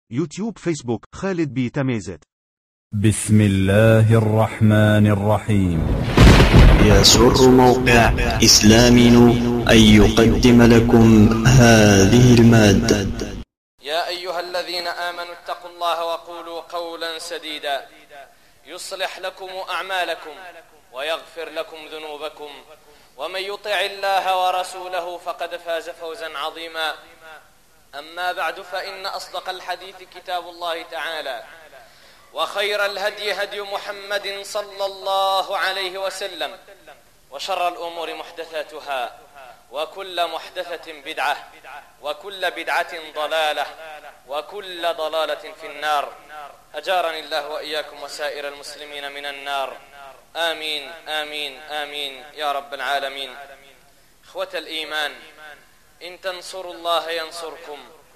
يوتيوب فيسبوك خالد بي تميزت. بسم الله الرحمن الرحيم. يسر موقع إسلامي أن يقدم لكم هذه المادة. يا أيها الذين آمنوا اتقوا الله وقولوا قولا سديدا يصلح لكم أعمالكم ويغفر لكم ذنوبكم، ومن يطع الله ورسوله فقد فاز فوزا عظيما. أما بعد، فإن أصدق الحديث كتاب الله تعالى، وخير الهدي هدي محمد صلى الله عليه وسلم، وشر الأمور محدثاتها، وكل محدثة بدعة، وكل بدعة ضلالة، وكل ضلالة في النار. أجارني الله وإياكم وسائر المسلمين من النار، آمين آمين آمين يا رب العالمين. إخوة الإيمان، إن تنصروا الله ينصركم.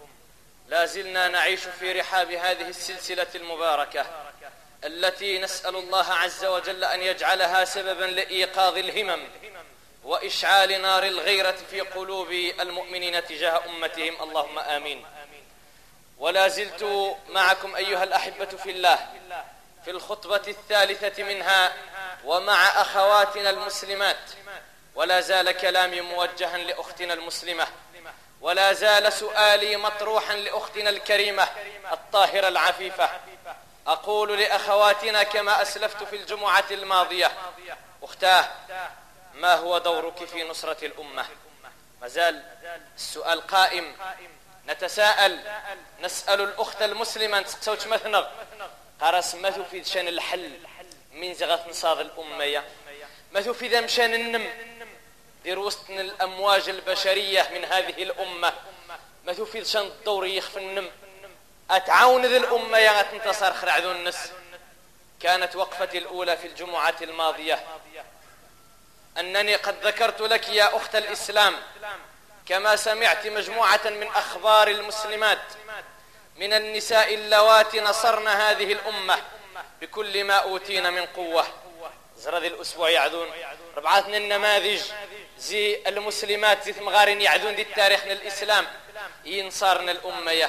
لا زلنا نعيش في رحاب هذه السلسلة المباركة التي نسأل الله عز وجل أن يجعلها سببا لإيقاظ الهمم وإشعال نار الغيرة في قلوب المؤمنين تجاه أمتهم، اللهم آمين. ولا زلت معكم أيها الأحبة في الله في الخطبة الثالثة منها ومع أخواتنا المسلمات، ولا زال كلامي موجها لأختنا المسلمة، ولا زال سؤالي مطروحا لأختنا الكريمة الطاهرة العفيفة. أقول لأخواتنا كما أسلفت في الجمعة الماضية: أختاه، ما هو دورك في نصرة الأمة؟ مازال السؤال قائم، نتساءل، نسأل الأخت المسلمة نسقسوش مثنغ قرس ما في شان الحل من زغت نصاد الأمة، ما في ذا مشان النم دير وسط الأمواج البشرية من هذه الأمة، ما في شان الدور يخفى النم أتعاون ذي الأمة يا تنتصر خرع ذو النس. كانت وقفتي الأولى في الجمعة الماضية أنني قد ذكرت لك يا أخت الإسلام كما سمعت مجموعة من أخبار المسلمات من النساء اللواتي نصرن هذه الأمة بكل ما أوتينا من قوة. زرد الأسبوع يعذون ربعاتنا النماذج زي المسلمات زي ثمغارين يعذون دي تاريخنا الإسلام ينصرنا الأمة.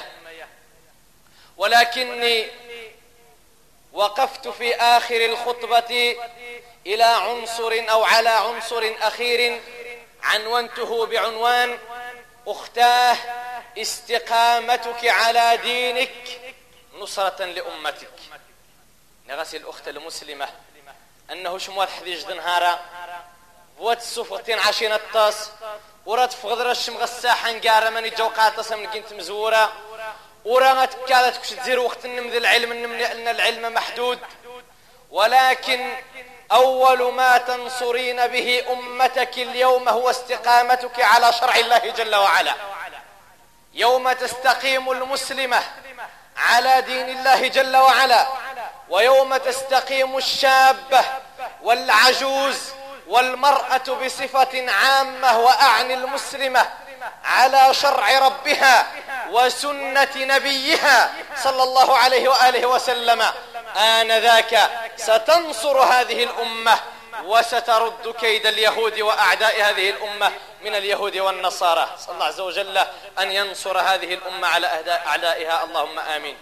ولكني وقفت في آخر الخطبة إلى عنصر أو على عنصر أخير عنونته بعنوان: أختاه، استقامتك على دينك نصرة لأمتك. نغسل الأخت المسلمة أنه شموات حديج دنهارا بوات السفغتين عشين الطاس ورات فغضر الشمغ الساحة نقارا من الجوقات من كنت مزورة ورات كادت كش تزير وقت النمذ العلم أن العلم محدود. ولكن أول ما تنصرين به أمتك اليوم هو استقامتك على شرع الله جل وعلا. يوم تستقيم المسلمة على دين الله جل وعلا، ويوم تستقيم الشابة والعجوز والمرأة بصفة عامة وأعني المسلمة على شرع ربها وسنة نبيها صلى الله عليه وآله وسلم، آنذاك ستنصر هذه الأمة وسترد كيد اليهود وأعداء هذه الأمة من اليهود والنصارى. صلى الله عز وجل أن ينصر هذه الأمة على أعدائها، اللهم آمين.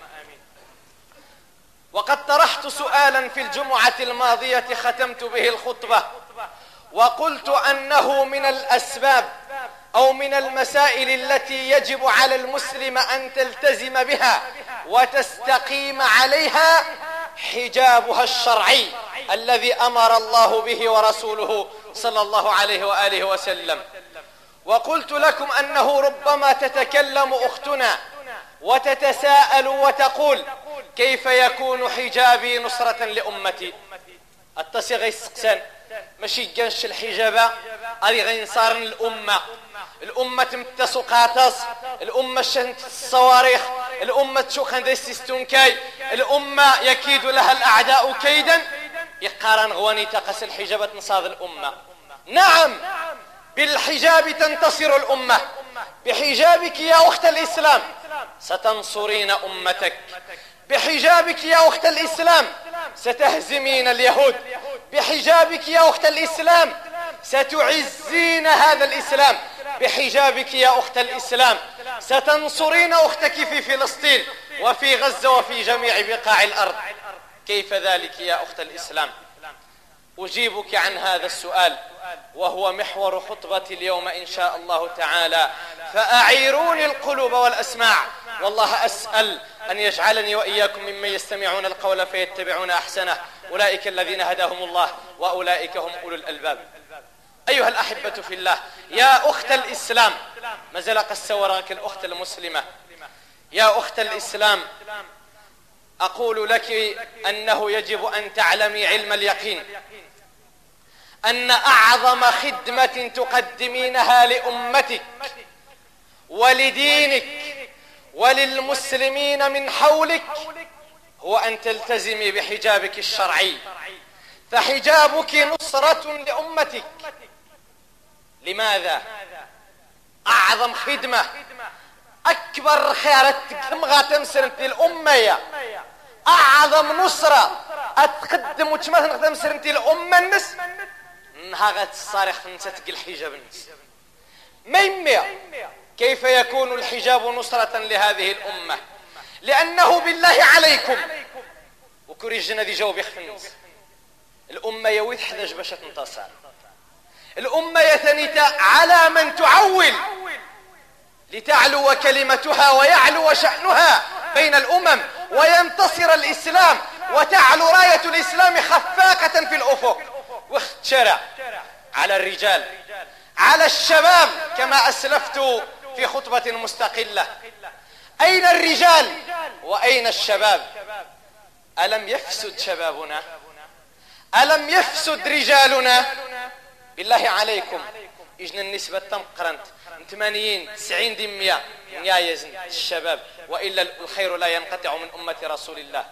وقد طرحت سؤالا في الجمعة الماضية ختمت به الخطبة، وقلت أنه من الأسباب أو من المسائل التي يجب على المسلم أن تلتزم بها وتستقيم عليها حجابها الشرعي الذي أمر الله به ورسوله صلى الله عليه وآله وسلم. وقلت لكم أنه ربما تتكلم أختنا وتتساءل وتقول: كيف يكون حجابي نصرة لأمتي؟ التصيغ يسقسان ماشي جنش الحجابة هذه غينصارن الأمة تمتسو قاطس، الأمة شنت الصواريخ، الأمة تشوخن دي ستونكاي، الأمة يكيد لها الأعداء كيدا. يقارن غواني تقس الحجابة نصاد الأمة. نعم، بالحجاب تنتصر الأمة، بحجابك يا أخت الإسلام ستنصرين أمتك، بحجابك يا أخت الإسلام ستهزمين اليهود، بحجابك يا أخت الإسلام ستعزين هذا الإسلام، بحجابك يا أخت الإسلام ستنصرين أختك في فلسطين، وفي غزة وفي جميع بقاع الأرض. كيف ذلك يا أخت الإسلام؟ أجيبك عن هذا السؤال، وهو محور خطبتي اليوم إن شاء الله تعالى. فأعيروني القلوب والأسماع، والله أسأل أن يجعلني وإياكم ممن يستمعون القول فيتبعون أحسنه، أولئك الذين هداهم الله وأولئك هم أولو الألباب. أيها الأحبة في الله، يا أخت الإسلام، ما زال قد وراك الأخت المسلمة. يا أخت الإسلام، أقول لك أنه يجب أن تعلمي علم اليقين أن أعظم خدمة تقدمينها لأمتك ولدينك وللمسلمين من حولك هو أن تلتزمي بحجابك الشرعي، فحجابك نصرة لأمتك. لماذا؟ أعظم خدمة، أكبر خيارات تقدم سرنت للأمة، أعظم نصرة أتقدم وتمثل نقدم سرنت للأمة النس نهاغت الصارخ نتتقي الحجاب النس. ما يمي كيف يكون الحجاب نصرة لهذه الأمة؟ لأنه بالله عليكم وكريجنا ذي جاوب يخفنس الأمة يويد حداش باش تنتصر. الأمة يثنيت على من تعول لتعلو كلمتها ويعلو شأنها بين الأمم وينتصر الإسلام وتعلو راية الإسلام خفاقة في الأفق. واختشرع على الرجال، على الشباب، كما أسلفت في خطبة مستقلة. أين الرجال وأين الشباب؟ ألم يفسد شبابنا؟ ألم يفسد رجالنا؟ بالله عليكم إجنا النسبة تمقرنت 80-90% يا يزن الشباب، وإلا الخير لا ينقطع من أمة رسول الله.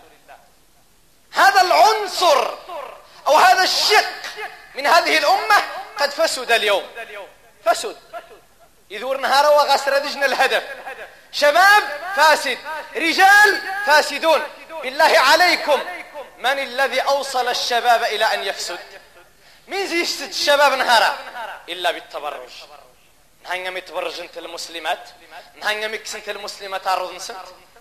هذا العنصر أو هذا الشق من هذه الأمة قد فسد اليوم، فسد يذور نهار وغسر دجنا الهدف. شباب فاسد، رجال فاسدون. بالله عليكم من الذي أوصل الشباب إلى أن يفسد؟ مين زي يفسد الشباب نهارا إلا بالتبرج؟ نهانيا متبرج انت المسلمات، نهانيا مكس انت المسلمات عرض نسنت،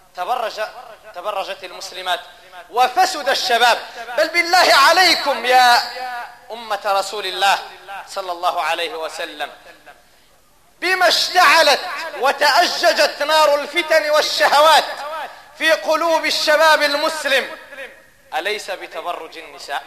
تبرجت المسلمات وفسد الشباب. بل بالله عليكم يا أمة رسول الله صلى الله عليه وسلم، بما اشتعلت وتأججت نار الفتن والشهوات في قلوب الشباب المسلم، أليس بتبرج النساء؟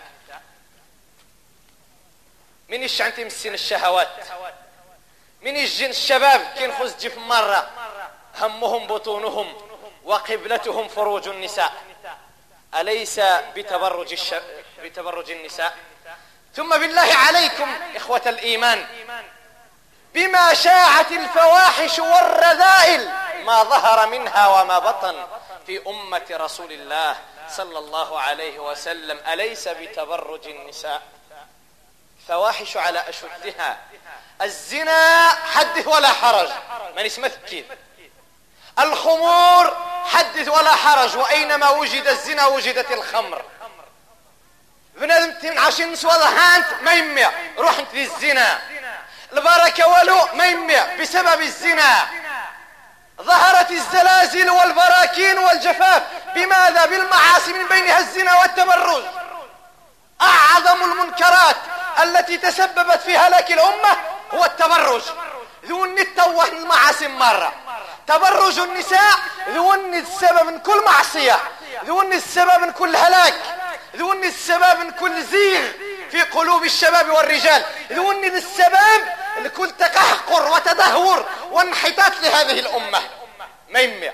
من يشعنت مسين الشهوات؟ من يجين الشباب كين خز جف مرة همهم بطونهم وقبلتهم فروج النساء، أليس بتبرج النساء؟ ثم بالله عليكم إخوة الإيمان، بما شاعت الفواحش والرذائل ما ظهر منها وما بطن في أمة رسول الله صلى الله عليه وسلم، أليس بتبرج النساء؟ فواحش على أشدها، الزنا حدث ولا حرج، من اسمه ذكير. الخمور حدث ولا حرج، وأينما وجد الزنا وجدت الخمر. بنادم تين عشان نسوى هانت ما يمي روح انت للزنا. البركة ولو ما يمي بسبب الزنا. ظهرت الزلازل والبراكين والجفاف، بماذا؟ بالمعاصي، من بينها الزنا والتبرج. أعظم المنكرات التي تسببت في هلاك الأمة هو التبرج. ذون التوه المعاصي مرة، تبرج النساء ذون السبب من كل معصية، ذون السبب من كل هلاك، ذون السبب من كل زيغ في قلوب الشباب والرجال، ذون السبب لكل تقهقر وتدهور وانحطاط لهذه الأمة. ما يمي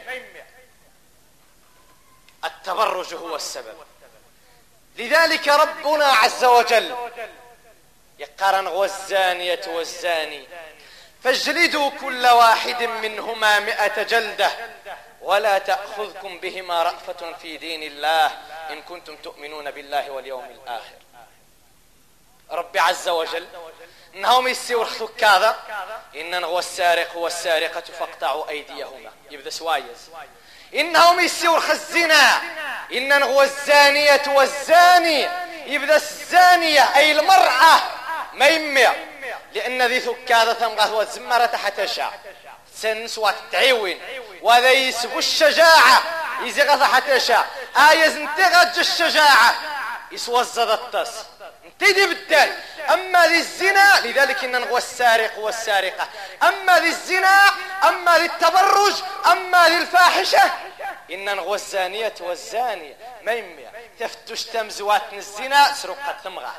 التبرج هو السبب. لذلك ربنا عز وجل يقارن والزانية والزاني فاجلدوا كل واحد منهما 100 جلدة ولا تأخذكم بهما رأفة في دين الله إن كنتم تؤمنون بالله واليوم الآخر. ربي عز وجل إنهم يسيور خذ إننا والسارق والسارقة فاقطعوا أيديهما، يبدأ سوايز. إنهم يسيور خزنا، إننا والزانية والزاني، يبدأ الزانية أي المرأة ما يمي، لأن ذي ثكاذة ثمغة والزمرة حتى شاع سنس وتعيون، وذا يسبوا الشجاعة إذا غزا حتى شا آيز انتغج الشجاعة يسوزد التس انتدي بالدال. أما ذي الزنا لذلك إن نغوى السارق والسارقة، أما ذي الزنا، أما ذي التبرج، أما ذي الفاحشة، إن نغوى الزانية والزانية ما يميع تفتش تمزوات الزنا سرقة ثمغة.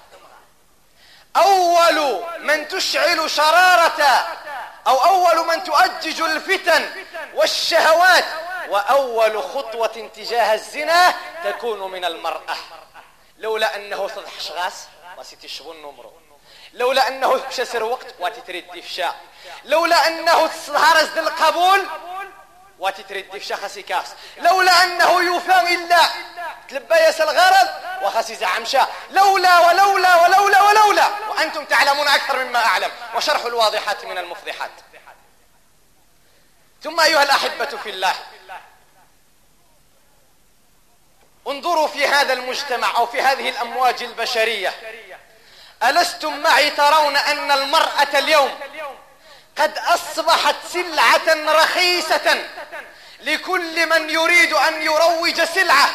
أول من تشعل شرارة أو أول من تؤجج الفتن والشهوات وأول خطوة تجاه الزنا تكون من المرأة. لولا أنه تضحش غاس وستشبو النمر، لولا أنه تكسر وقت وتترد فشاء، لولا أنه تظهر ذي القبول وتترد فشاء خسي كاس، لولا أنه يوفى إلا تلبيس الغرض وخسي زعمشا، لولا ولولا ولولا ولولا وأنتم تعلمون أكثر مما أعلم، وشرح الواضحات من المفضحات. ثم أيها الأحبة في الله، انظروا في هذا المجتمع أو في هذه الأمواج البشرية، ألستم معي ترون أن المرأة اليوم قد أصبحت سلعة رخيصة لكل من يريد أن يروج سلعة،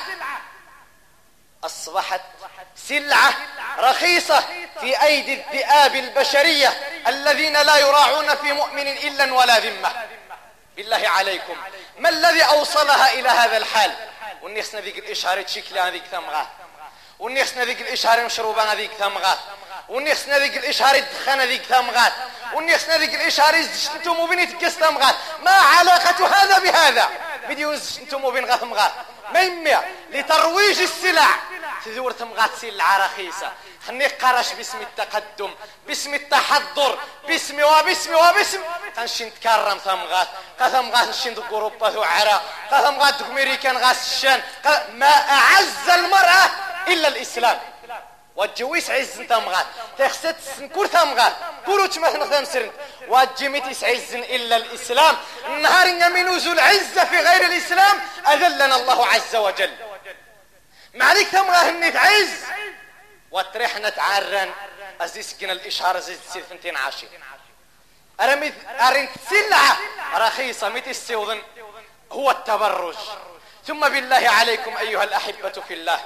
أصبحت سلعة رخيصة في أيدي الذئاب البشرية الذين لا يراعون في مؤمن إلا ولا ذمة. بالله عليكم ما الذي أوصلها إلى هذا الحال؟ والناس ذيك الإشهار تشكل هذيك ثمغات، والناس ذيك الإشهار مشروبان هذيك ثمغات، والناس ذيك الإشهار الدخان هذيك ثمغات، والناس ذيك الإشهار انتم وبين تقص ثمغات. ما علاقة هذا بهذا؟ بديون انتم وبين غثمغات ما يميع لترويج السلع تدور ثمغات سلعة رخيصة. خلني قرش باسم التقدم، باسم التحضر، باسم وباسم تنشين تكرم ثمغات، ثمغات نشين دو أوروبا ثعرا، ثمغات دو أمريكان غاس الشان. ما أعز المرأة إلا الإسلام. وتجويس عز ثمغات تخسد سنكور ثمغات كورو تمثل ثمسرن وتجميت عز إلا الإسلام. النهار من نزول العزة في غير الإسلام أذلنا الله عز وجل. معليك ثمغة هنيت عز وتريحنا تعرن أزيسكنا الإشهار أزيز تسير 12 أرنت سلعة رخيصة متى السيوضن هو التبرج. ثم بالله عليكم أيها الأحبة في الله،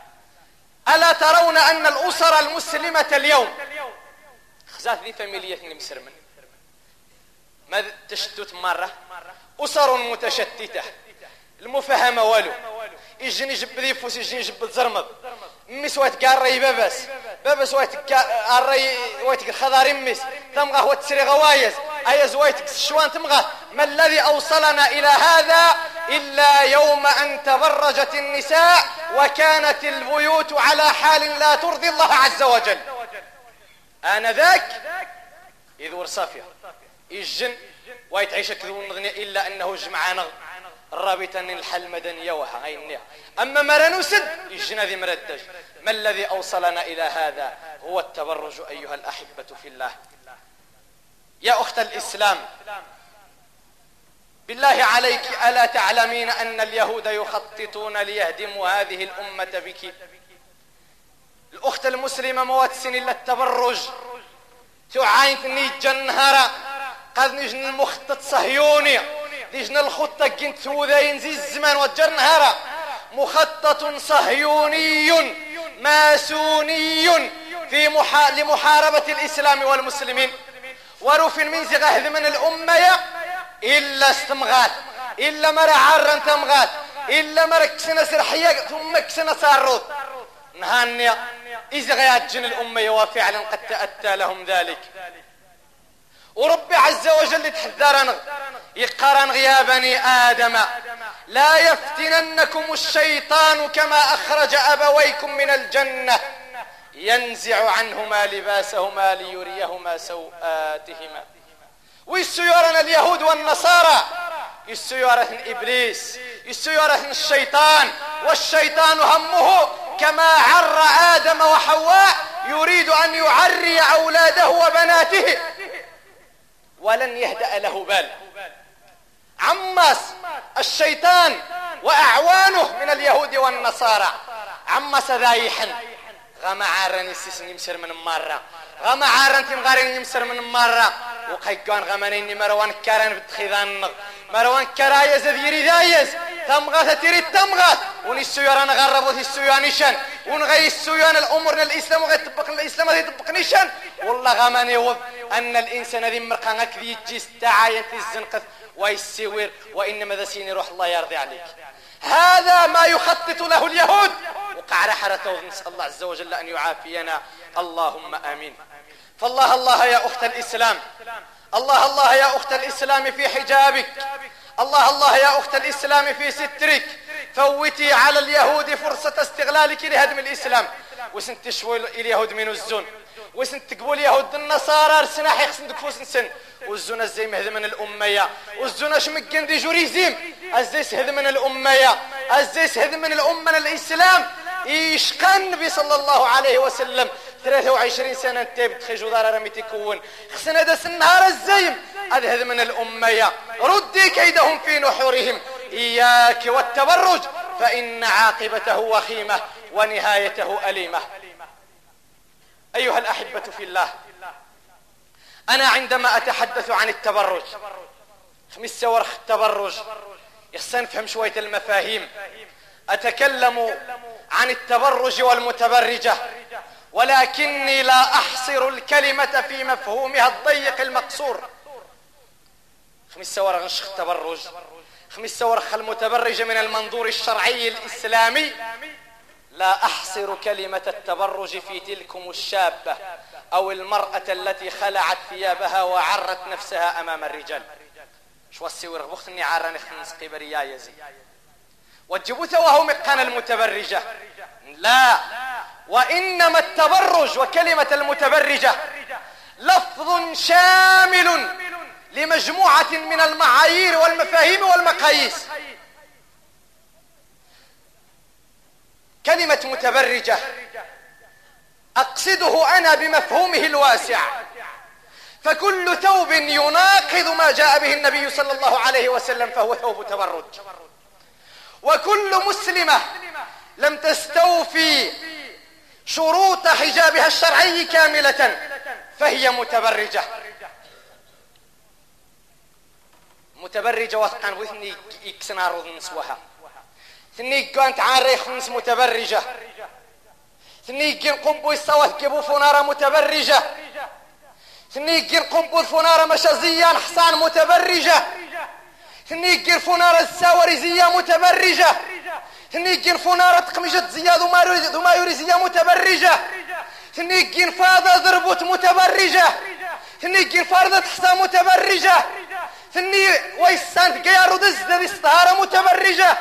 ألا ترون أن الأسر المسلمة اليوم خزات ذي فاميلية مسرمن ما تشتت مرة أسر متشتتة المفهمة والو يجني جب ذي فوس يجني جب الزرمض مس واتقاري بابس واتق الخضار مس تمغى وتسري غوايز أيز واتق الشوان تمغى. ما الذي أوصلنا إلى هذا إلا يوم أن تبرجت النساء وكانت البيوت على حال لا ترضي الله عز وجل. آنذاك إذ ورصافية يجن ويتعيش كذون نغني إلا أنه جمعنا الرابطة الحل مدنية وها غينيا. أما مرنوسد يجنا ذي مردج. ما الذي أوصلنا إلى هذا؟ هو التبرج أيها الأحبة في الله. يا أخت الإسلام بالله عليك ألا تعلمين أن اليهود يخططون ليهدموا هذه الأمة بك؟ الأخت المسلمة مواتسن إلا التبرج تعاين تنيج النهارة قد نجن المخطط صهيوني نجن الخطة كنت ذا ينزي الزمان والجنهرة مخطط صهيوني ماسوني لمحاربة الإسلام والمسلمين. ورف من زغه من الأمة إلا استمغات إلا مرة عرن تمغات إلا مرة كسنا سرحية ثم كسنا سارود نهانيا إذا غيات جن الأمة وفعلا قد تأتى لهم ذلك. ورب عز وجل تحذرنا يقرن يا بني آدم لا يفتننكم الشيطان كما أخرج أبويكم من الجنة ينزع عنهما لباسهما ليريهما سوآتهما. ويسيورنا اليهود والنصارى يسيورنا إبليس يسيورنا الشيطان، والشيطان همه كما عر آدم وحواء يريد أن يعري أولاده وبناته ولن يهدأ له بال. عمس الشيطان وأعوانه من اليهود والنصارى عمس ذايحا غمعارن يسسن يمسر من مرة غمعارن تمغارن يمسر من مرة وقيقان غمانين مروان كارن بتخيذان مروان كرايز ذيري ذايز تمغاث تريد تمغاث ونسيو رانا غربوا السيانيشان ونغي السيان الامور الاسلام وغيطبق الاسلام غادي يطبق نيشان والله غماني هو ان الانسان ذي مرقا كذي يجي تعاين في الزنقث ويسيوير وانما ذا سيني روح الله يرضي عليك. هذا ما يخطط له اليهود وقع رحرته. نسال الله عز وجل ان يعافينا اللهم امين. فالله الله يا اخت الاسلام، الله الله يا اخت الاسلام في حجابك، الله الله يا اخت الاسلام في سترك. فوتي على اليهود فرصة استغلالك لهدم الاسلام. وسنت شوي اليهود من الزون وسنت تقبل يهود النصارى رسناح يخسن فوس نسن والزون ازاي مهدم من الاميه والزون شمكن دي جوريزيم ازاي هدم من الاميه ازاي هدم من الامه الاسلام. يشقى النبي صلى الله عليه وسلم 23 سنه انت بتخرجوا دار رمي تكون خسنا داس النهار الزايم اذهب من الاميه. ردي كيدهم في نحورهم اياك والتبرج فان عاقبته وخيمه ونهايته أليمة. أيها الأحبة في الله، أنا عندما أتحدث عن التبرج خمس ورخ التبرج يخصني نفهم شوية المفاهيم. أتكلم عن التبرج والمتبرجة ولكني لا أحصر الكلمة في مفهومها الضيق المقصور. خمس ورخ نشخ التبرج، خمس ورخ المتبرجة من المنظور الشرعي الإسلامي. لا أحصر كلمة التبرج في تلكم الشابة أو المرأة التي خلعت ثيابها وعرت نفسها أمام الرجال. شو السيور بختني عارني خمس قبريا يزي والجبوث وهو مقان المتبرجة. لا، وإنما التبرج وكلمة المتبرجة لفظ شامل لمجموعة من المعايير والمفاهيم والمقاييس. كلمة متبرجة أقصده أنا بمفهومه الواسع، فكل ثوب يناقض ما جاء به النبي صلى الله عليه وسلم فهو ثوب تبرج، وكل مسلمة لم تستوفي شروط حجابها الشرعي كاملة فهي متبرجة. متبرجة وثقان وثني يكسنارض نسوها ثني كانت عاري خمس متبرجة ثني كين قنبو الصوت كيبو فنارة متبرجة ثني كين قنبو فنارة مشازيان حصان متبرجة ثني كين فنارة الساوريزية متبرجة ثني كين فنارة قمجة زياد وما يوريزية متبرجة ثني كين فاضة ضربوت متبرجة ثني كين فاردة حصان متبرجة ثني ويسان قيارو دز استهارة متبرجة.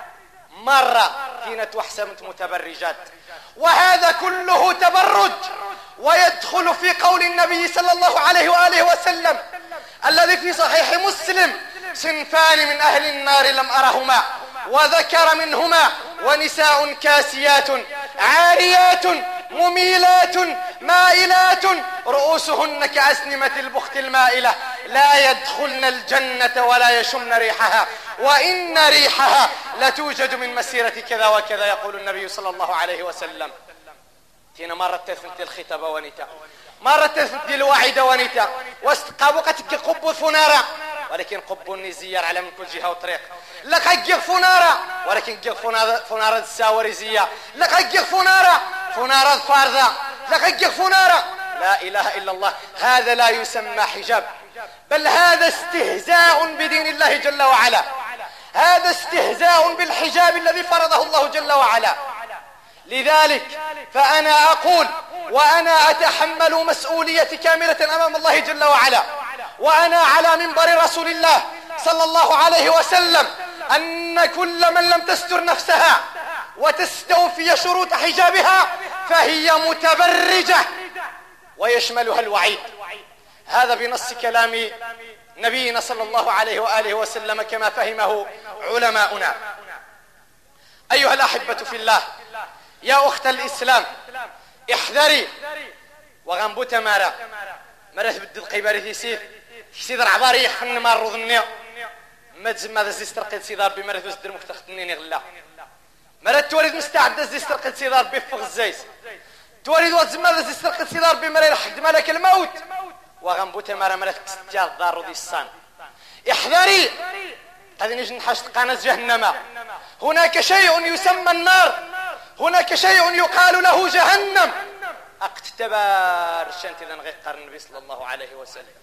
مرة كانت وحسمت متبرجات، وهذا كله تبرج ويدخل في قول النبي صلى الله عليه وآله وسلم الذي في صحيح مسلم: صنفان من أهل النار لم أرهما، وذكر منهما: ونساء كاسيات عاريات مميلات مائلات رؤوسهن كأسنمة البخت المائلة لا يدخلن الجنة ولا يشمن ريحها وإن ريحها لتوجد من مسيرة كذا وكذا. يقول النبي صلى الله عليه وسلم. تينا مرة تثنت الخطاب ونتا، مرة تثنت الوعد ونتا، واستقابقت قب فنارا ولكن قب النزيار على من كل جهة وطريق. لقد جغ فنارا ولكن جغ فنارا الساوريزية، لقد جغ فنارا الفاردة، لقد جغ فنارا. لا إله إلا الله. هذا لا يسمى حجاب، بل هذا استهزاء بدين الله جل وعلا، هذا استهزاء بالحجاب الذي فرضه الله جل وعلا. لذلك فأنا أقول وأنا أتحمل مسؤولية كاملة أمام الله جل وعلا، وأنا على منبر رسول الله صلى الله عليه وسلم، أن كل من لم تستر نفسها وتستوفي شروط حجابها فهي متبرجة، ويشملها الوعيد. هذا بنص كلام نبينا صلى الله عليه وآله وسلم كما فهمه علماؤنا. أيها الأحبة في الله، يا أخت الإسلام، احذري وغنبو تمارا مرة تبدل القيباري سيدر عباري يخن مارو ظنيا ما تزم هذا زيسترقيد سيدار بمرة تزدر مختختنيني غلا مرة توريد مستعد زيسترقيد سيدار بفغ الزيز توريد وتزم هذا زيسترقيد سيدار بمرة لحد ملك الموت وغنبو تمارا مرة تستيار دارو دي الصان. احذري هذه نجي نحشت قناة جهنم. هناك شيء يسمى النار، هناك شيء يقال له جهنم. اقتبار الشنت إذا غير قرن النبي صلى الله عليه وسلم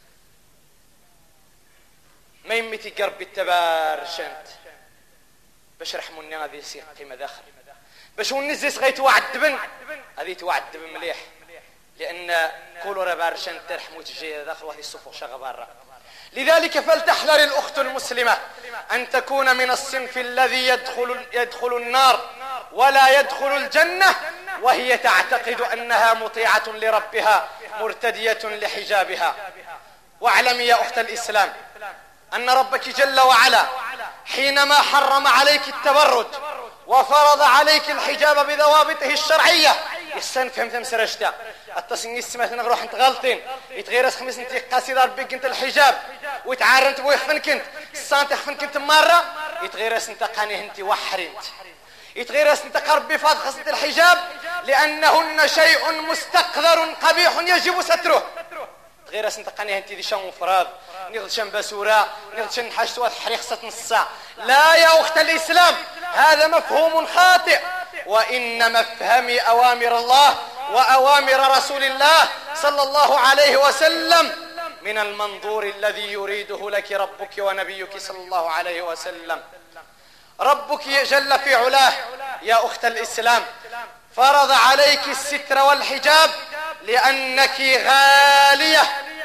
ما يمتي قرب التبار الشنت باش رحموني هذه سيق قيمة داخل باش ونزيس غيت وعد بن هذه توعد بن مليح لأن كل ربار الشنت ترحموا تجي داخل وهذه الصفوق شغل برا. لذلك فلتحذر الأخت المسلمة أن تكون من الصنف الذي يدخل النار ولا يدخل الجنة وهي تعتقد أنها مطيعة لربها مرتدية لحجابها. واعلمي يا أخت الإسلام أن ربك جل وعلا حينما حرم عليك التبرج وفرض عليك الحجاب بضوابطه الشرعية يسان فهمت مسرجتا التصنيع سمعت نروح انت غلطين يتغيرس خميس انت قاسي بيك انت الحجاب ويتعار انت بويخفن كنت السان تخفن كنت مرة يتغيرس انت قانيه انت وحرنت يتغيرس انت قرب بفاض خاصة الحجاب لأنهن شيء مستقذر قبيح يجب ستره. غير اسنت قانيه انت دي شان مفراد نغد شان باسورة نغد شان حاجة واحد حريقصة نصا. لا يا أخت الإسلام هذا مفهوم خاطئ وإنما افهمي أوامر الله وأوامر رسول الله صلى الله عليه وسلم من المنظور الذي يريده لك ربك ونبيك صلى الله عليه وسلم. ربك جل في علاه يا أخت الإسلام فرض عليك الستر والحجاب لأنك غالية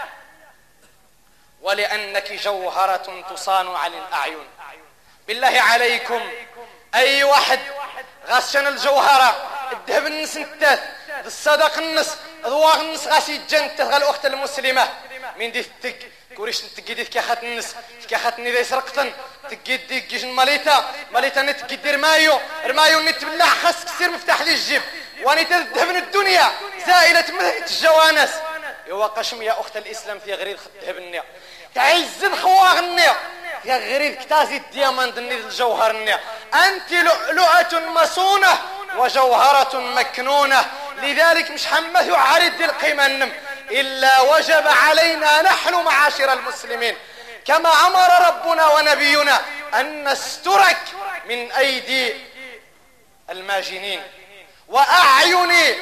ولأنك جوهرة تصان عن الأعين. بالله عليكم أي واحد غشن الجوهرة الذهب النس التاث الصدق النس ضواغ النس غاسي جنت غال الأخت المسلمة من دي التق كوريش تقيدي كاخات النس كاخاتني ذي سرقتن تقيدي كيش ماليتا نتقيدي رمايو نتبلع خاص كسير مفتاح لي الجيب واني تذهب من الدنيا زائلة مثل الجوانس يوا قشم يا أخت الإسلام في غريد خذهب النيا تعز الخواغ النيا يا غريد كتازي الدياماند النيا الجوهر النيا أنت لؤلؤة مصونة وجوهرة مكنونة. لذلك مش حمث عرض القيمة النم إلا وجب علينا نحن معاشر المسلمين كما أمر ربنا ونبينا أن نسترك من أيدي الماجنين وأعين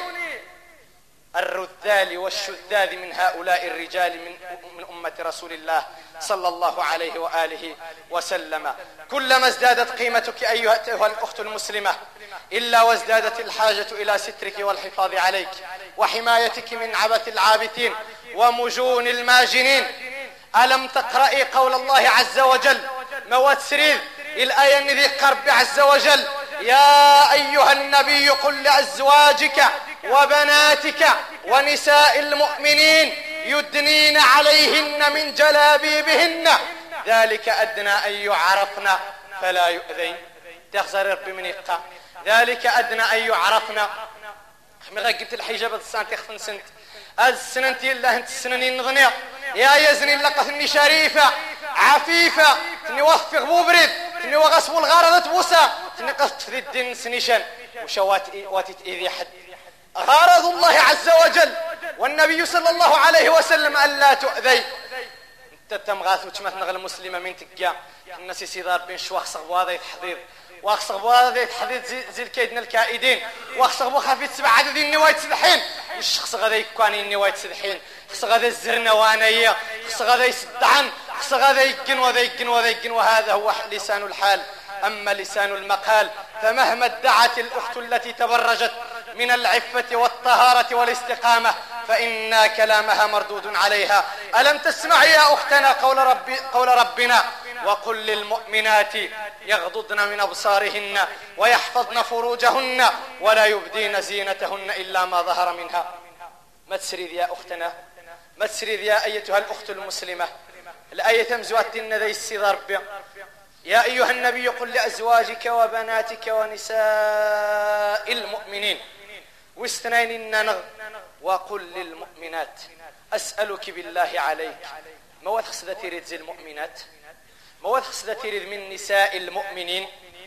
الرذال والشذاذ من هؤلاء الرجال من أمة رسول الله صلى الله عليه وآله وسلم. كلما ازدادت قيمتك أيها الأخت المسلمة إلا وازدادت الحاجة إلى سترك والحفاظ عليك وحمايتك من عبث العابثين ومجون الماجنين. ألم تقرأي قول الله عز وجل مواد سرير الآية الذي قرب عز وجل يا أيها النبي قل لأزواجك وبناتك ونساء المؤمنين يدنين عليهن من جلابيبهن ذلك أدنى أن يعرفن فلا يؤذين. تخزر ربي من يقع ذلك أدنى أن يعرفن خمي قلت الحجاب السنة تخفن سنت السننتي الله انت السننين نغنية يا يزني لقثني شريفة عفيفة تني وفق بوبرد تني وغصب الغارضة بوسا تني قصد في الدين سنيشان وشواتي تأذي حد. غارض الله عز وجل والنبي صلى الله عليه وسلم ألا تؤذي انت تمغاث وتشمت نغل المسلمة من تقيا الناس يسيدار بين شواخ صغبو هذا يتحضير واخصغبو هذا يتحضير زي الكيدنا الكائدين واخصغبو خافيت سبع عدد النواية تسدحين الشخص غدا يكواني النواية تسدحين خص غدا الزرنة وانية خص غدا يسدعن خص غدا يقن وذا يقن وهذا هو لسان الحال. أما لسان المقال فمهما ادعت الأخت التي تبرجت من العفة والطهارة والاستقامة فإن كلامها مردود عليها. ألم تسمع يا أختنا قول ربنا وقل للمؤمنات يغضضن من أبصارهن ويحفظن فروجهن ولا يبدين زينتهن إلا ما ظهر منها. ما تسريد يا أختنا ما تسريد يا أيتها الأخت المسلمة الآية تمزواتنا ذي السيدار يا أيها النبي قل لأزواجك وبناتك ونساء المؤمنين واستنين النغ وقل للمؤمنات أسألك بالله عليك مواد خصدة تريد زي المؤمنات مواد خصدة تريد من نساء المؤمنين.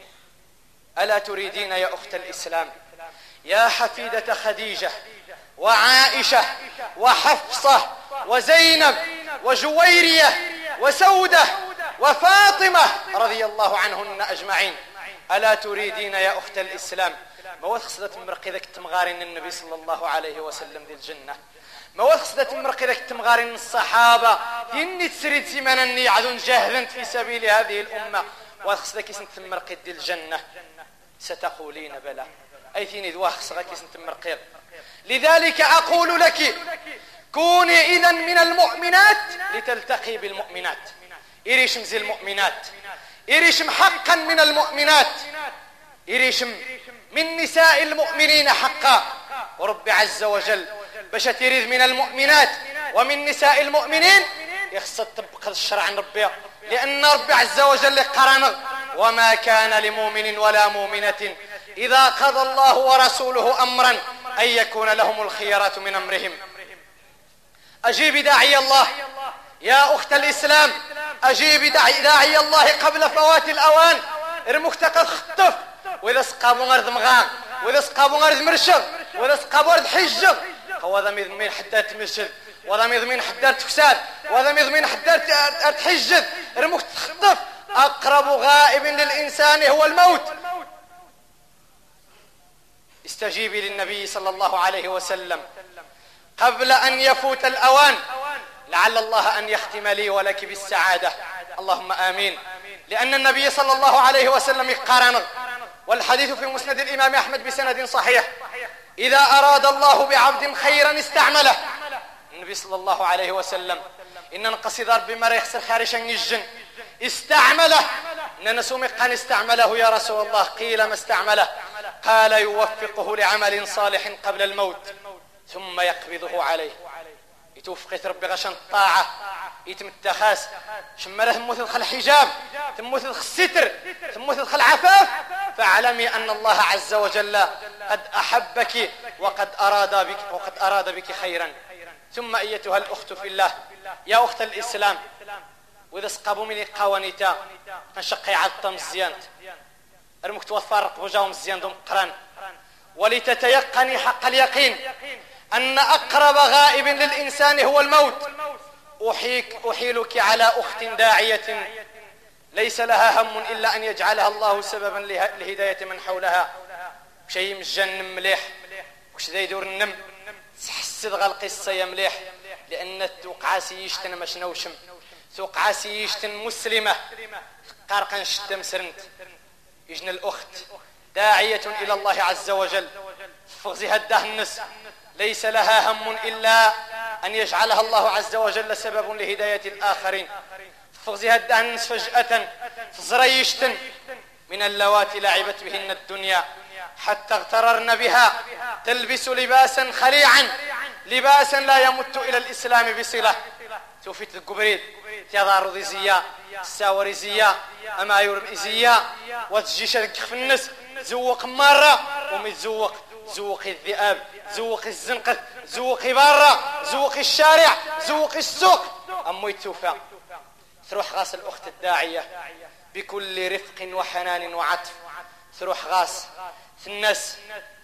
ألا تريدين يا أخت الإسلام يا حفيدة خديجة وعائشة وحفصة وزينب وجويرية وسودة وفاطمة رضي الله عنهن أجمعين. ألا تريدين يا أخت الإسلام ما وخصدة تمرقي ذاك التمغارين النبي صلى الله عليه وسلم ديال الجنة، ما وخصدة تمرقي ذاك التمغارين الصحابة إني تسريد سيمانني عدون جاهدت في سبيل هذه الأمة، وخصدة كيسن تمرقي ديال الجنة. ستقولين بلى أي ثيني ذو خصغا كيسن تمرقي. لذلك أقول لك كوني إذا من المؤمنات لتلتقي بالمؤمنات. إريشم زي المؤمنات، إريشم حقا من المؤمنات، إريشم من نساء المؤمنين حقا. ورب عز وجل باش تريد من المؤمنات ومن نساء المؤمنين يخص تطبق الشرع عن ربي، لأن رب عز وجل قرن وما كان لمؤمن ولا مؤمنة إذا قضى الله ورسوله أمرا أن يكون لهم الخيرة من أمرهم. أجيب داعي الله يا أخت الإسلام، أجيب داعي الله قبل فوات الأوان. رمكتك خطف وإذا سقابوا غرد مغان، وإذا سقابوا غرد مرشغ، وإذا سقابوا غرد حجغ، هو ذا مضمين حدات تمشد، وذا مضمين حدات تفساد، وذا مضمين حدات تحجد. رمكت خطف. أقرب غائب للإنسان هو الموت. استجيبي للنبي صلى الله عليه وسلم قبل أن يفوت الأوان، لعل الله أن يختم لي ولك بالسعادة. اللهم آمين. لأن النبي صلى الله عليه وسلم قرن، والحديث في مسند الإمام أحمد بسند صحيح: إذا أراد الله بعبد خيرا استعمله. النبي صلى الله عليه وسلم إن نقصد ربي ما يخسر خارشا الجن استعمله. إن نسومي قان استعمله يا رسول الله؟ قيل ما استعمله؟ قال يوفقه لعمل صالح قبل الموت ثم يقبضه عليه. يتوفقت ربي غشان الطاعة، يتم التخاس شمره ثم تدخل الحجاب، ثم تدخل الستر، ثم تدخل العفاف، فاعلمي أن الله عز وجل قد أحبك وقد أراد بك خيرا. ثم أيتها الأخت في الله يا أخت الإسلام، وإذا سقابوا مني قوانيتا نشقي عطا مزيانت رمك توفارق بجاهم مزيان دوم قران، ولتتيقني حق اليقين أن أقرب غائب للإنسان هو الموت. أحيلك على أخت داعية ليس لها هم إلا أن يجعلها الله سببا لهداية من حولها. شيء مجن مليح وش ذا يدور النم تحسد غلقي الصيا مليح، لأن توقع سيشتن مش نوشم، توقع سيشتن مسلمة قارقا شتم سرنت. يجن الأخت داعية إلى الله عز وجل فغزها الدهنس ليس لها هم إلا أن يجعلها الله عز وجل سبب لهداية الآخرين. فغزها الدهنس فجأة فزريشتن من اللواتي لعبت بهن الدنيا حتى اغتررن بها، تلبس لباسا خليعا، لباسا لا يمت إلى الإسلام بصلة. توفيت القبريد تيضارو ذي زيا الساوري زيا أما يورم زيا وتجي شرق في النس زوق مرة ومتزوق، زوق الذئاب، زوق الزنقة، زوق برا، زوق الشارع، زوق السوق. أمو يتوفى تروح غاس الأخت الداعية بكل رفق وحنان وعطف، تروح غاس في الناس: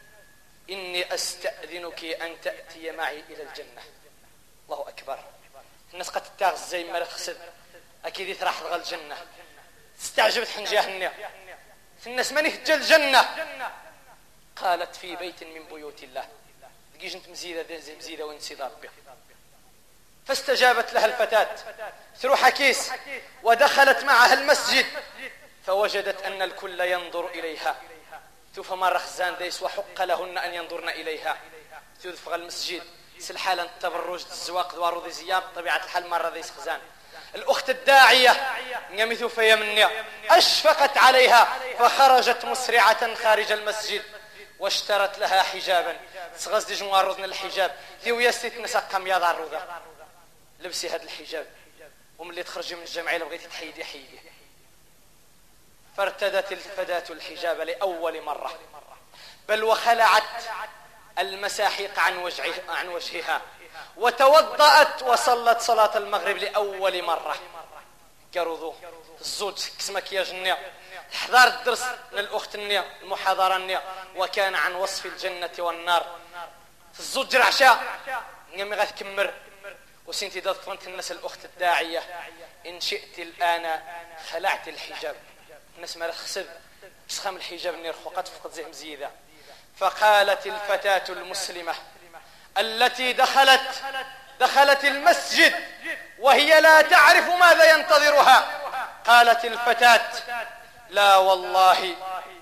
إني أستأذنك أن تأتي معي إلى الجنة. الله أكبر. الناس قد تتاغز زي ما رخصد أكيد يتراح لغا الجنة. استعجبت حنجاهني في الناس من يهجى الجنة؟ قالت: في بيت من بيوت الله. تجيش انت مزيدة وانسيد ربي. فاستجابت لها الفتاة، تروح كيس ودخلت معها المسجد فوجدت أن الكل ينظر إليها. فما رخزان ديس وحق لهن أن ينظرن إليها. تدفغ المسجد سلحالا التبرج الزواق دوارو ذي زياب طبيعة الحال مرة ذي خزان. الأخت الداعية نمث في يمني أشفقت عليها فخرجت مسرعة خارج المسجد واشترت لها حجابا. تغزد جمارضنا الحجاب ذي ويستيت نسقم يا ضاروذة لبسي هذا الحجاب، ومن اللي تخرجي من الجمعية لبغيتي تحيدي حيدي. فارتدت الفتاة الحجاب لأول مرة، بل وخلعت المساحيق عن وجهها وتوضأت وصلت صلاة المغرب لأول مرة. كرضو الزوج كسمك يا جنيا حضار الدرس من الأخت النية المحاضرة النية وكان عن وصف الجنة والنار. الزوج رعشاء نيامي غاث كمر وسنتي ضفنت الناس الأخت الداعية إن شئت الآن خلعت الحجاب. الناس ما رخصب سخام الحجاب نيرخو قد فقد زي مزيدة. فقالت الفتاة المسلمة التي دخلت المسجد وهي لا تعرف ماذا ينتظرها، قالت الفتاة لا والله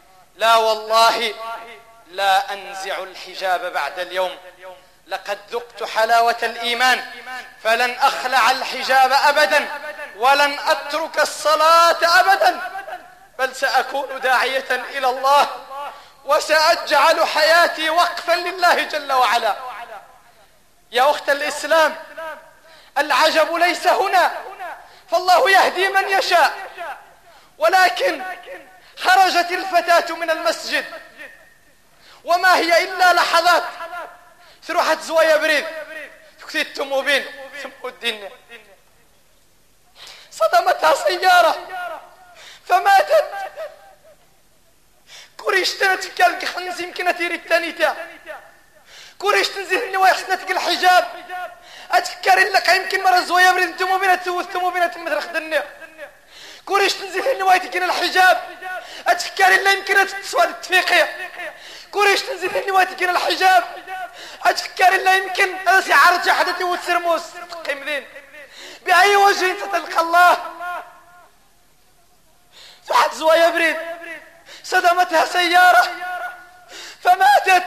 لا أنزع الحجاب بعد اليوم، لقد ذقت حلاوة الإيمان فلن أخلع الحجاب أبدا ولن أترك الصلاة أبدا، بل سأكون داعية إلى الله وسأجعل حياتي وقفا لله جل وعلا. يا أخت الإسلام، العجب ليس هنا، فالله يهدي من يشاء. ولكن خرجت الفتاة من المسجد وما هي إلا لحظات تروحت زوايا بريد تكتي التموبين ثم الدنيا صدمتها سيارة فماتت. كوريش تنتكالك خنز يمكن تيري التانيتا، كوريش تنزل النوايا حسنتك الحجاب أتكاري لك يمكن مرة زوايا بريد التموبين التموبين تمثل خدني، كوريش تنزل النوايا تكين الحجاب أتكاري لا يمكن تسواد التفيقية، كوريش تنزل النوايا تكين الحجاب أتكاري لا يمكن أسي عرض حدثي وتسرموس قيمذين. بأي وجه تتلقى الله؟ فحد زوايا بريد صدمتها سيارة فماتت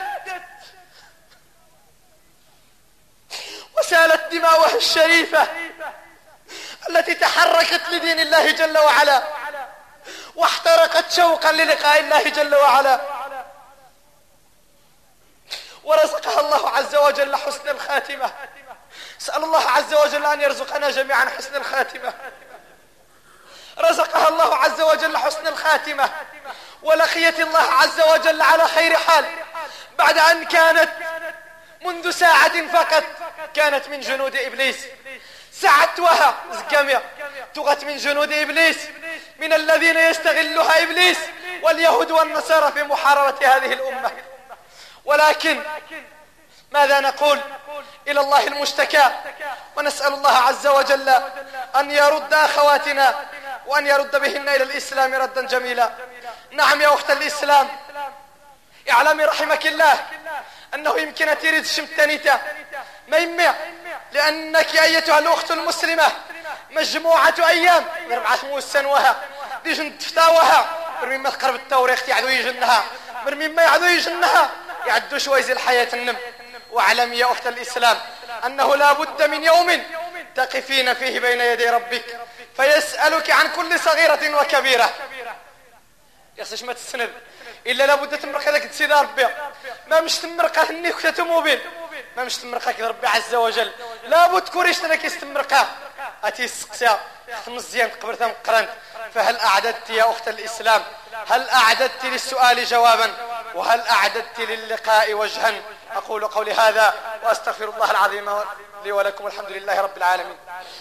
وسالت دماؤها الشريفة التي تحركت لدين الله جل وعلا واحترقت شوقا للقاء الله جل وعلا، ورزقها الله عز وجل حسن الخاتمة. اسأل الله عز وجل أن يرزقنا جميعا حسن الخاتمة. رزقها الله عز وجل حسن الخاتمة ولقيت الله عز وجل على خير حال بعد أن كانت منذ ساعة فقط كانت من جنود إبليس. ساعتها زكامية تغت من جنود إبليس، من الذين يستغلها إبليس واليهود والنصارى في محاربة هذه الأمة. ولكن ماذا نقول؟ إلى الله المشتكى، ونسأل الله عز وجل أن يرد أخواتنا وأن يرد بهن إلى الإسلام ردا جميلا. نعم يا أخت الإسلام، اعلمي رحمك الله أنه يمكن تريد الشمتانيتا ما يمع، لأنك أيتها الأخت المسلمة مجموعة أيام مربعة موسن وها ديجن تفتاوها مرمي ما تقرب التوريخ يعدو يجنها، مرمي ما يعدو يجنها يعدو شويز الحياة النم. واعلمي يا أخت الإسلام أنه لا بد من يوم تقفين فيه بين يدي ربك فيسألك عن كل صغيرة وكبيرة. يخصش ما تستند إلا لابد تمرق هذاك تسيد ربي، ما مش تمرقه هني كتا موبيل، ما مش تمرقه كذا ربي عز وجل، لابد كوريش تنك يستمرقه أتي السقسيا مزيان قبرتها مقرنت. فهل أعددت يا أخت الإسلام، هل أعددت للسؤال جوابا، وهل أعددت للقاء وجها؟ أقول قولي هذا وأستغفر الله العظيم لي ولكم، والحمد لله رب العالمين.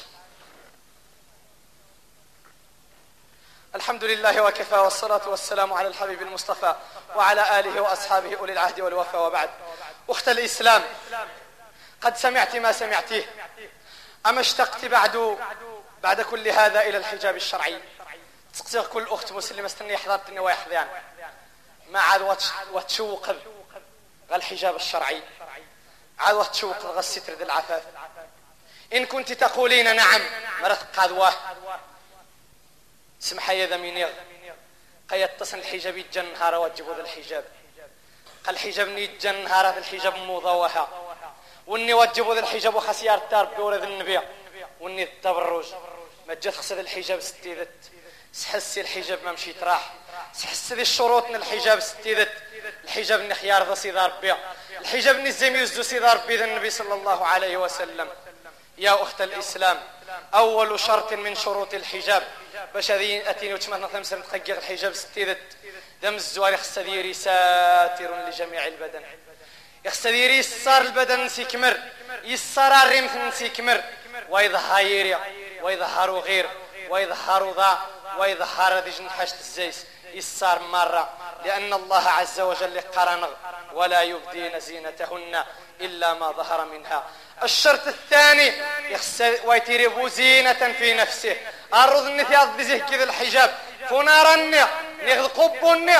الحمد لله وكفى، والصلاة والسلام على الحبيب المصطفى وعلى آله وأصحابه أولي العهد والوفا، وبعد. أخت الإسلام، قد سمعت ما سمعتيه، أما اشتقت بعد كل هذا إلى الحجاب الشرعي؟ تقصير كل أخت مسلمة استني حضرت النوايا حضيان ما عاد وتشوق غا الحجاب الشرعي، عاد وتشوق غا الستر ذي العفاف. إن كنت تقولين نعم مرت قادواه سمح يا ذمينيغ قد يتصل الحجاب يتجن نهار وتجيبوا ذا الحجاب، قال الحجاب نيتجن نهار هذا الحجاب موضوها، واني وتجيبوا ذا الحجاب وخسيار التربي ورد النبي، واني التبرج ما جات خص هذا الحجاب ستيدت سحسي الحجاب ما مشيت راح، سحسي ذي الشروط من الحجاب ستيدت الحجاب اني خيار ذا سيدار ربي، الحجاب اني الزميوز ذو سيدار ربي ذا النبي صلى الله عليه وسلم. يا أخت الإسلام، أول شرط من شروط الحجاب باش هذه أتيني وتشمعنا ثمسر نتحقق الحجاب ستيدت دم الزوار يخص ديري ساتر لجميع البدن، يخص ديري يسار البدن نسيكمر، يسار الرمث نسيكمر، ويظهر ويظهر غير ويظهر ضاع ويظهر ذي جنحشت الزيس، يسار مرة لأن الله عز وجل قرن ولا يبدين زينتهن إلا ما ظهر منها. الشرط الثاني ويتربو زينة في نفسه أرض نثيض كذا الحجاب فنارا نغذ قبن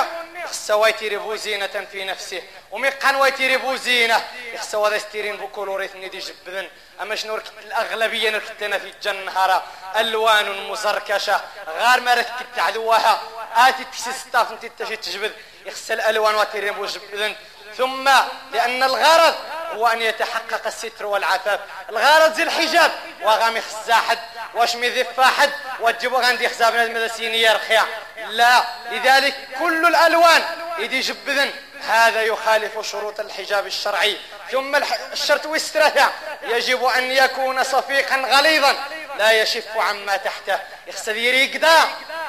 ويتربو زينة في نفسه ومقان ويتربو زينة يخسوا ذا ستيرين بكولوريث ندي جبذن أما شنو ركت الأغلبية نركتنا في الجنة ألوان مزركشة غير ما ركت عذوها آتي تسستاف انت تجبذ يخسى الألوان وتربو جبذن. ثم لأن الغرض هو أن يتحقق الستر والعفاف. الغرض زي الحجاب وغامي خزاحد واشمي ذفاحد وتجيبو غاندي حسابنا المدسينية رخيع لا. لذلك كل الألوان يدي جبذن هذا يخالف شروط الحجاب الشرعي. ثم الشرط والثلاثة يجب أن يكون صفيقا غليظا لا يشف عما تحته يخسى ذي ريقدا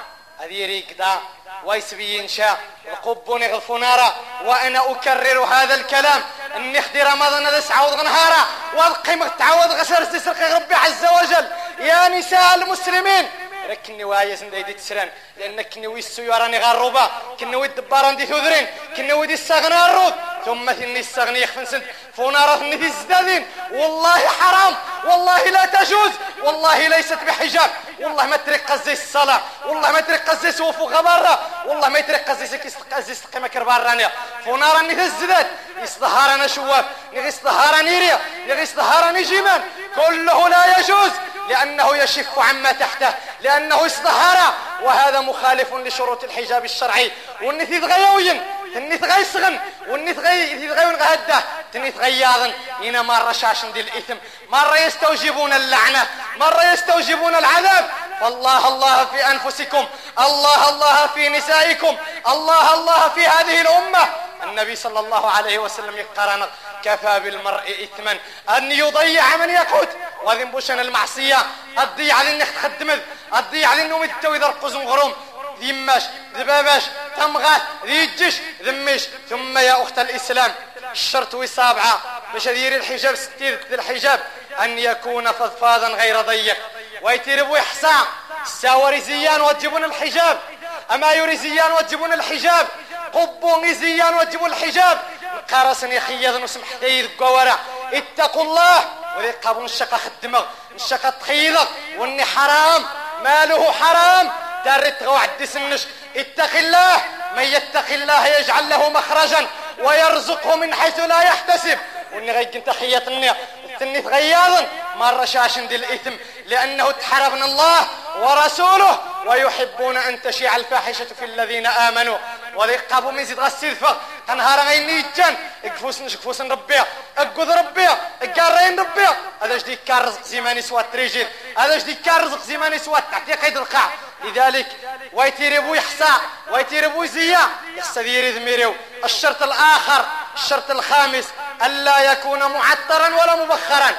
هذه ريقدا ويسبي ينشاء القب نغف نارا. وأنا أكرر هذا الكلام أن نخدي رمضان ذا سعود غنهارا والقيمة تعود غسر تسرق ربي عز وجل. يا نساء المسلمين ركني وايز نديد تسران لأن كني ويسو يراني غروبا كني ويد دباران دي ثودرين كني ويد السغنى الرود ثم ثني السغني يخفن سنت فونارا ثني في الزدادين. والله حرام والله لا تجوز والله ليست بحجاب والله ما ترق زي الصلاة والله ما ترق زي سوفو غبارة والله ما ترق زي زي سقيمة كربارانيا فونارا ني في الزداد يصدهارنا شواف يصدهارا نيريا يصدهارا نجيمان كله لا يجوز لأنه يشف عما تحته لأنه يصدهارا وهذا مخالف لشروط الحجاب الشرعي. والنثي ذغيوين النث غيصغن والنث غيون غهده تنث غياضن إنا مرة شاشن دي الإثم مرة يستوجبون اللعنة مرة يستوجبون العذاب. فالله الله في أنفسكم الله الله في نسائكم الله الله في هذه الأمة. النبي صلى الله عليه وسلم يقرن كفى بالمرء إثما أن يضيع من يقود وذنبوشن المعصية الضيع لنك تخدمذ الضيع لنوم التوي ذرقز غروم ذماش ذباباش تمغات ذيجش ذمش. ثم يا أخت الإسلام الشرط وسابعة باش ديري الحجاب ستير الحجاب أن يكون فضفاضا غير ضيق ويتربوا إحساء الساوري زيان وتجيبون الحجاب أما يوري زيان وتجيبون الحجاب قبون زيان وتجيبون الحجاب قارسني خيض نسمح خيض قوارع. اتقوا الله وذيقابون الشقة خدمة الشقة تخيضك واني حرام ماله حرام دارت غوعد سنش. اتق الله من يتق الله يجعل له مخرجا ويرزقه من حيث لا يحتسب. واني غيقن تخيطني الثني غياضا مرة شاشن دي الإثم لأنه تحربنا الله ورسوله ويحبون أن تشيع الفاحشة في الذين آمنوا وذيقابوا من زيد غسيدفة تنهار غين يجان اقفوسن ربيع اقوذ ربيع اقارين ربيع. هذا جديد كان رزق زيماني سوى التريجين هذا جديد كان رزق زيماني سوى تحتي قيد القاع. لذلك ويتيربو يحسا ويتيربو زيا يستدير ذميريو. الشرط الآخر الشرط الخامس ألا يكون معطرا ولا مبخرا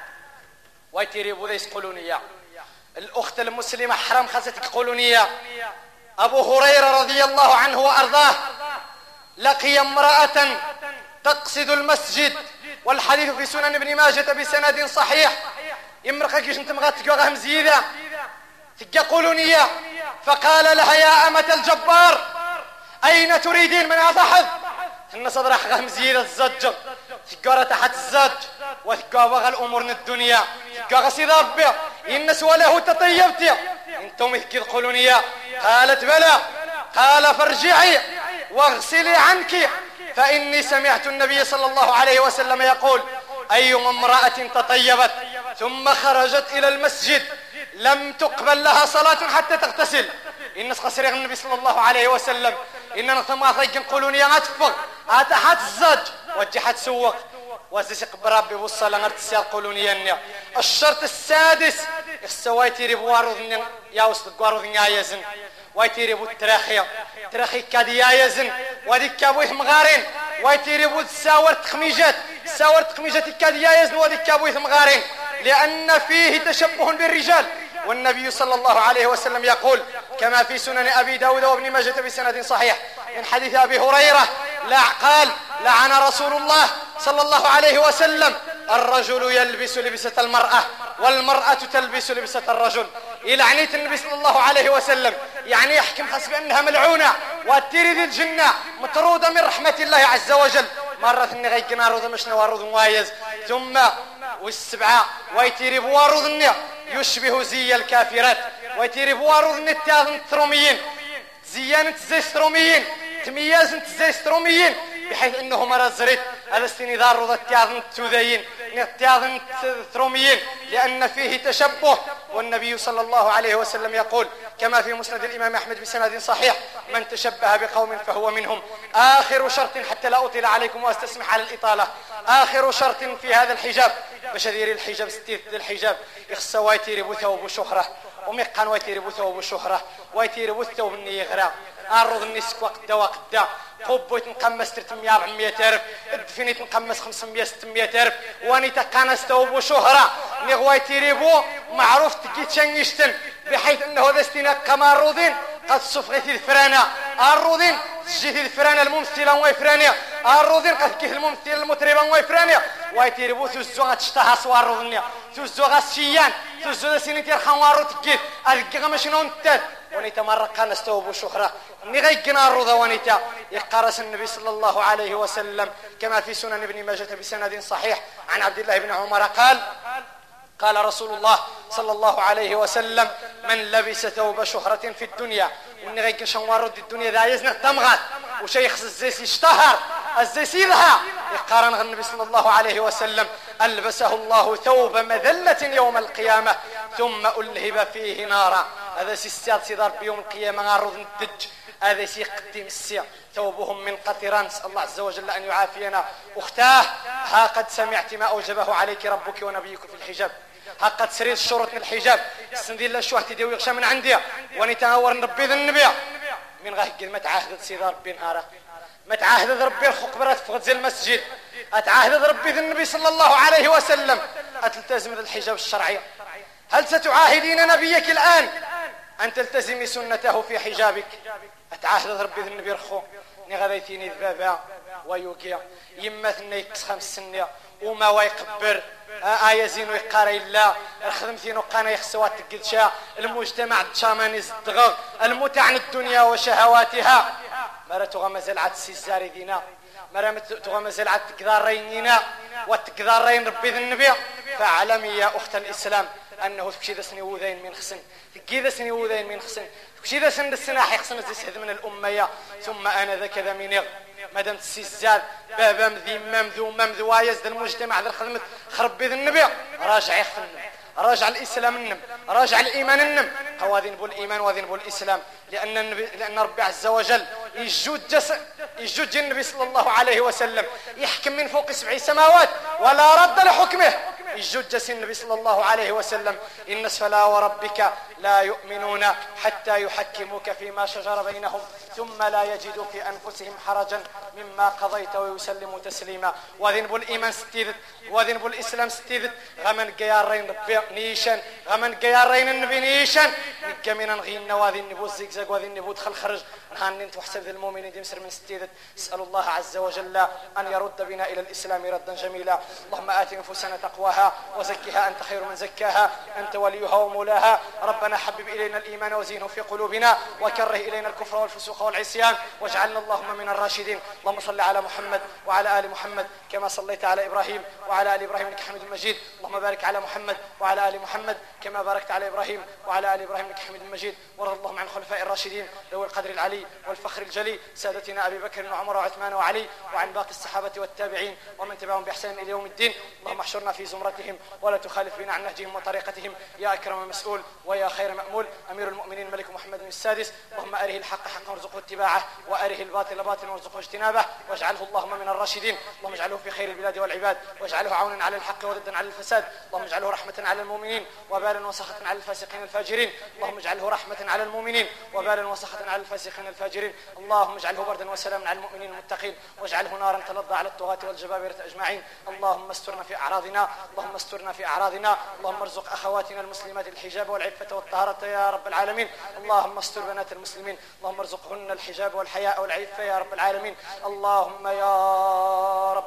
ويتيربو ذي قولونية. الأخت المسلمة حرام خاصتك قولونية. أبو هريرة رضي الله عنه وأرضاه لقي امرأة تقصد المسجد والحديث في سنن ابن ماجة بسند صحيح. امرأة كيش انت مغاتك وغهم زيادة تقى قولونية فقال لها يا أمة الجبار أين تريدين من أفحذ إن صدر غهم زيادة الزج تقى تحت الزج وتقى وغى الأمور الدنيا تقى غسيد ربي إن سواله تطيبتي انتم كذ قولونية. قالت بلى قال فارجعي واغسلي عنك فإني سمعت النبي صلى الله عليه وسلم يقول أي امرأة تطيبت ثم خرجت إلى المسجد لم تقبل لها صلاة حتى تغتسل. إن قصريغ النبي صلى الله عليه وسلم إن نثم أثيق قولوني أتفق أتحت الزج وجحت سوق وزيسق بربي والصلاة نرتسيال قولوني. الشرط السادس السويتي ربوارو يا وسط قوارو يزن ويتيربو التراخية تراخي كادي يزن وديك كابويه مغارين ويتيربو الساور تخميجات ساور تخميجات كادي يزن وديك كابويه مغارين لأن فيه تشبه بالرجال. والنبي صلى الله عليه وسلم يقول كما في سنن أبي داود وابن ماجة بسند صحيح من حديث أبي هريرة قال لعن رسول الله صلى الله عليه وسلم الرجل يلبس لبسة المرأة والمرأة تلبس لبسة الرجل. يلعنيت النبي صلى الله عليه وسلم، يعني يحكم حسب أنها ملعونة وتيري ذي الجنة مطرودة من رحمة الله عز وجل. مرة ثانية غيقنا روض مش نواروض موايز. ثم والسبعة ويتيري بواروض يشبه زي الكافرات، ويتيري بواروض التاذن الثروميين، زيانة زي الثروميين، تمياز زي الثروميين، بحيث انه مرزرت هذا استنذار روض التاذن التوذيين التاذن الثروميين، لأن فيه تشبه. والنبي صلى الله عليه وسلم يقول كما في مسند الإمام أحمد بسند صحيح: من تشبه بقوم فهو منهم. آخر شرط، حتى لا أطيل عليكم وأستسمح على الإطالة، آخر شرط في هذا الحجاب باش ديري الحجاب ستيت الحجاب يخص ويتيري بثوب شهرة، ومقان ويتيري بثوب شهرة، ويتيري بثوب الني يغرى أرض النسك وقدا قبوت نقمس 300 400 ألف، الدفينيت نقمس 500 600 ألف، وانيتا كان استوب شهرة نغوي تيريبو معروف تكيت شنيشتن، بحيث انه هذا استناك كما الروضين قد صفغت الفرانة الروضين جيت الفرانة الممثلة ويفرانية الروضين قد كيت الممثل المطربة ويفرانية ويتيريبو ثوزوغا تشتها سوار روضنيا ثوزوغا السيان ثوزوغا سينيتير خنوارو تكيت القيغا مشنون التات ونيتا مرة كان استوب شهرة نغيقنا الروضة ونيتا. يقارس النبي صلى الله عليه وسلم كما في سنن ابن ماجه بسند صحيح عن عبد الله بن عمر قال رسول الله صلى الله عليه وسلم: من لبس ثوب شهرة في الدنيا، ونغيق شنوار رد الدنيا ذا يزنق تمغات وشيخ الزيس يشتهر الزيس يذهى. يقارن النبي صلى الله عليه وسلم: ألبسه الله ثوب مذلة يوم القيامة ثم ألهب فيه نارا. هذا سيستياد سيدار بيوم القيامة غارض الدج، هذا سيقدم السيا ثوبهم من قطران. نسأل الله عز وجل أن يعافينا. أختاه، ها قد سمعت ما أوجبه عليك ربك ونبيك في الحجاب، ها قد سريت الشروط من الحجاب السندي لا شو اهتدي ويغشى من عندي ونتنور نربي ذا النبي من غاهق ما تعاهد سيدي ربي نهارا، ما تعاهد ربي الخقبرات فقد زي المسجد، اتعاهد ربي ذا النبي صلى الله عليه وسلم اتلتزم الحجاب الشرعي. هل ستعاهدين نبيك الآن أن تلتزمي سنته في حجابك؟ أتعاهد ربي ذا النبي رخو نغذيتيني ذبابا ويوقيا يما ثنيكس 5 سنة وما ويقبر آيزين ويقاري الله الخدمتين وقانا يخسوات تقدشا المجتمع تشاماني الدغغ المتع عن الدنيا وشهواتها. مرة تغمزل عاد السيزاري دينا، مرة تغمزل عاد تقدارينينا وتقدارين ربي ذا النبي. فاعلمي يا أخت الإسلام أنه تكشي ذا سني وذين من خسن، تكي ذا سني وذين من خسن، تكشي ذا سن السناح يخسن زي من الأمية. ثم أنا ذا كذا منيغ مادام تسيزاد بابا مذي ممذو وايز ذا المجتمع ذا الخدمة خرب بذ النبي راجع يخفن، راجع الإسلام النم، راجع الإيمان النم، هواذين بو الإيمان وذين بو الإسلام. لأن ربي عز وجل يجود النبي صلى الله عليه وسلم يحكم من فوق 7 سماوات ولا رد لحكمه. يجود جس النبي صلى الله عليه وسلم: إن فلا وربك لا يؤمنون حتى يحكموك فيما شجر بينهم ثم لا يجدوا في أنفسهم حرجا مما قضيت ويسلموا تسليما. وذين بو الإيمان ستيذت وذين بو الإسلام ستيذت غمن قيارين ربي نيشان غمن قيارين النبي نيشان نقامنا نغينا وذين نبو الزيقزاق وذين نبو دخل خرج نهان انت وحسب ذي المؤمنين دي مسر من ستيذت. اسأل الله عز وجل أن يرد بنا إلى الإسلام ردا جميلا. اللهم آت نفوسنا تقواها وزكها أنت خير من زكاها أنت وليها ومولاها. ربنا حبب إلينا الإيمان وزينه في قلوبنا وكره إلينا الكفر والفسوق والعصيان واجعلنا اللهم من الراشدين. اللهم صل على محمد وعلى آل محمد كما صليت على إبراهيم وعلى آل إبراهيم إنك حميد مجيد. اللهم بارك على محمد وعلى آل محمد كما باركت على إبراهيم وعلى آل إبراهيم إنك حميد مجيد. وارض اللهم عن الخلفاء الراشدين ذوي القدر العلي والفخر الجلي سادتنا أبي بكر وعمر وعثمان وعلي وعن باقي الصحابة والتابعين ومن تبعهم بإحسان إلى يوم الدين. اللهم احشرنا في زمرتهم ولا تخالف بنا عن نهجهم وطريقتهم يا أكرم مسؤول ويا خير مأمول. أمير المؤمنين الملك محمد السادس اللهم أره الحق حقا وارزقه اتباعه وأره الباطل باطلا وارزقه اجتنابه واجعله اللهم من الراشدين. اللهم اجعله في خير البلاد والعباد واجعله عونا على الحق وضدا على الفساد. اللهم اجعله رحمة على المؤمنين وبالا وسخطا على الفاسقين الفاجرين. اللهم اجعله رحمة على المؤمنين وبالا وسخطا على الفاسقين الفاجرين. اللهم اجعله بردا وسلاما على المؤمنين المتقين واجعله نارا تلظى على الطغاة والجبابرة أجمعين. اللهم استرنا في أعراضنا، اللهم استرنا في أعراضنا. اللهم ارزق أخواتنا المسلمات الحجاب والعفة والطهارة يا رب العالمين. اللهم استر بنات المسلمين، اللهم ارزقهن الحجاب والحياء والعفة يا رب العالمين. اللهم يا رب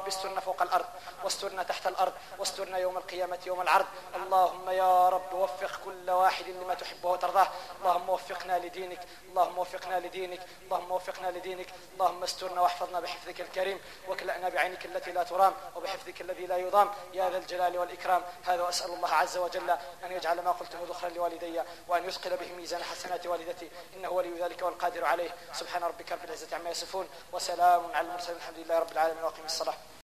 رب استرنا فوق الأرض، واسترنا تحت الأرض، واسترنا يوم القيامة يوم العرض. اللهم يا رب وفق كل واحد لما تحبه وترضاه. اللهم وفقنا لدينك، اللهم وفقنا لدينك، اللهم وفقنا لدينك. اللهم استرنا واحفظنا بحفظك الكريم، واكلأنا بعينك التي لا ترام وبحفظك الذي لا يضام يا ذا الجلال والإكرام. هذا وأسأل الله عز وجل أن يجعل ما قلته ذخرا لوالدي، وأن يثقل به ميزان حسنات والدتي، إنه ولي ذلك والقادر عليه. سبحان ربك رب العزة عما يصفون، وسلام على المرسلين، الحمد لله رب العالمين، وأقم الصلاة.